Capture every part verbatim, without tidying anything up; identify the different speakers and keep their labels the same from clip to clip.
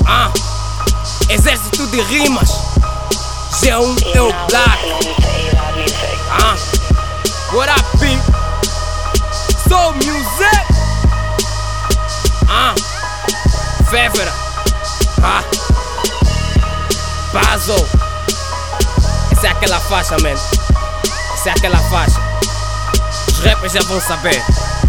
Speaker 1: Ah, exército de rimas. G um é o Black. Ah, what up, P? Soul Music. Ah, Fevera. Ah, Puzzle. Essa é aquela faixa, man. Essa é aquela faixa. Os rappers já vão saber.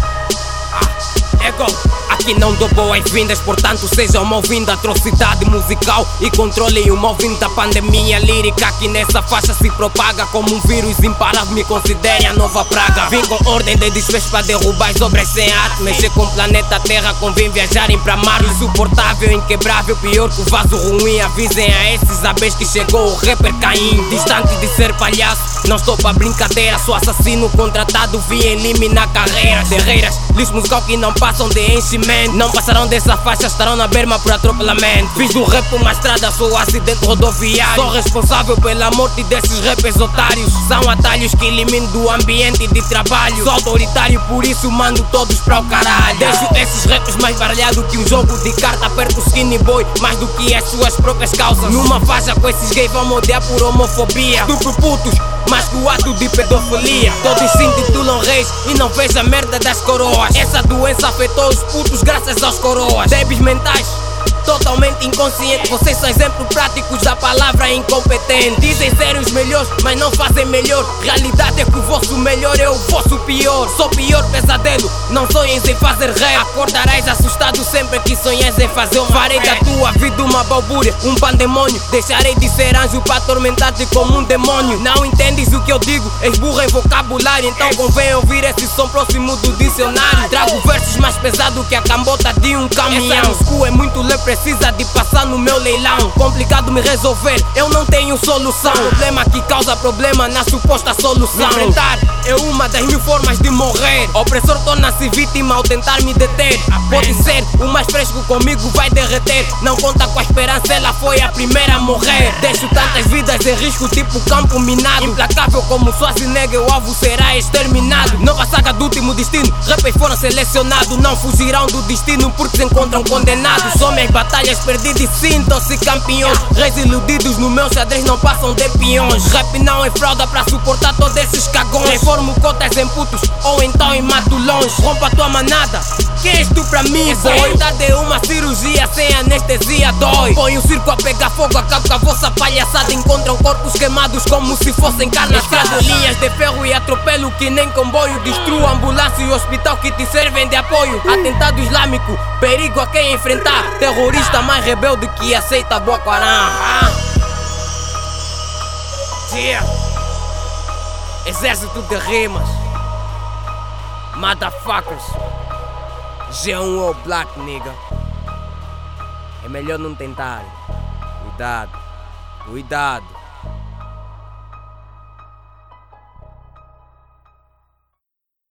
Speaker 1: Ah, ego. Aqui não dou boas-vindas, portanto sejam ouvindo atrocidade musical e controlem o ouvindo da pandemia lírica que nessa faixa se propaga como um vírus imparável. Me considerem a nova praga. Vim com ordem de desfecho para derrubar as obras sem arte. Mexer com o planeta Terra convém viajarem para Marte. Insuportável, inquebrável, pior que o vaso ruim. Avisem a esses abés que chegou o rapper Caim. Distante de ser palhaço, não estou para brincadeira. Sou assassino contratado, vim eliminar carreiras. Guerreiras, lixo musical que não passam de enchimento. Não passarão dessa faixa, estarão na berma por atropelamento. Fiz do rap uma estrada, sou acidente rodoviário. Sou responsável pela morte desses rappers otários. São atalhos que elimino do ambiente de trabalho. Sou autoritário, por isso mando todos para o caralho. Deixo esses rappers mais baralhado que um jogo de carta. Aperto o skinny boy, mais do que as suas próprias causas. Numa faixa com esses gays vão odiar por homofobia. Estupro putos, mais que o ato de pedofilia. Todos se intitulam reis e não vejo a merda das coroas. Essa doença afetou os putos graças aos coroas. Débeis mentais, totalmente inconscientes. Vocês são exemplos práticos da palavra incompetente. Dizem ser os melhores, mas não fazem melhor. Realidade é que o vosso melhor é o vosso pior. Sou pior pesadelo, não sonhes em fazer rap. Acordarás assustado sempre que sonhas em fazer uma Farei da tua vida uma balbúria, um pandemônio. Deixarei de ser anjo para atormentar-te como um demônio. Não entendes o que eu digo, és burro em vocabulário. Então convém ouvir esse som próximo do dicionário. Trago versos mais pesados que a cambota de um caminhão. Essa Moscou é muito leve, precisa de passar no meu leilão. Complicado me resolver, eu não tenho solução. Problema que causa problema na suposta solução. Me enfrentar é uma das mil formas de morrer. Opressor torna-se vítima ao tentar me deter. Pode ser, o mais fresco comigo vai derreter. Não conta com a esperança, ela foi a primeira a morrer. Deixo tantas vidas em risco, tipo campo minado. Implacável como Schwarzenegger, o alvo será exterminado. Nova saga do último destino, rappers foram selecionados. Não fugirão do destino porque se encontram condenados. Somos batalhas perdidas e sintam-se campeões. Reis iludidos no meu xadrez não passam de peões. Rap não é fralda pra suportar todos esses cagões. Reformo cotas em putos ou então em mato longe. Rompa a tua manada, que és tu pra mim, boy? Essa verdade é uma cirurgia sem anestesia, dói. Põe o circo a pegar fogo, acaba com a vossa palhaçada. Encontram corpos queimados como se fossem carne assada. Linhas de ferro e atropelo que nem comboio. Destruo a ambulância e o hospital que te servem de apoio. Atentado islâmico, perigo a quem enfrentar. Terrorista mais rebelde que aceita Boko Haram. Ah. Yeah. Exército de rimas. Motherfuckers. G um ou Black, nigga. É melhor não tentar. Cuidado. Cuidado.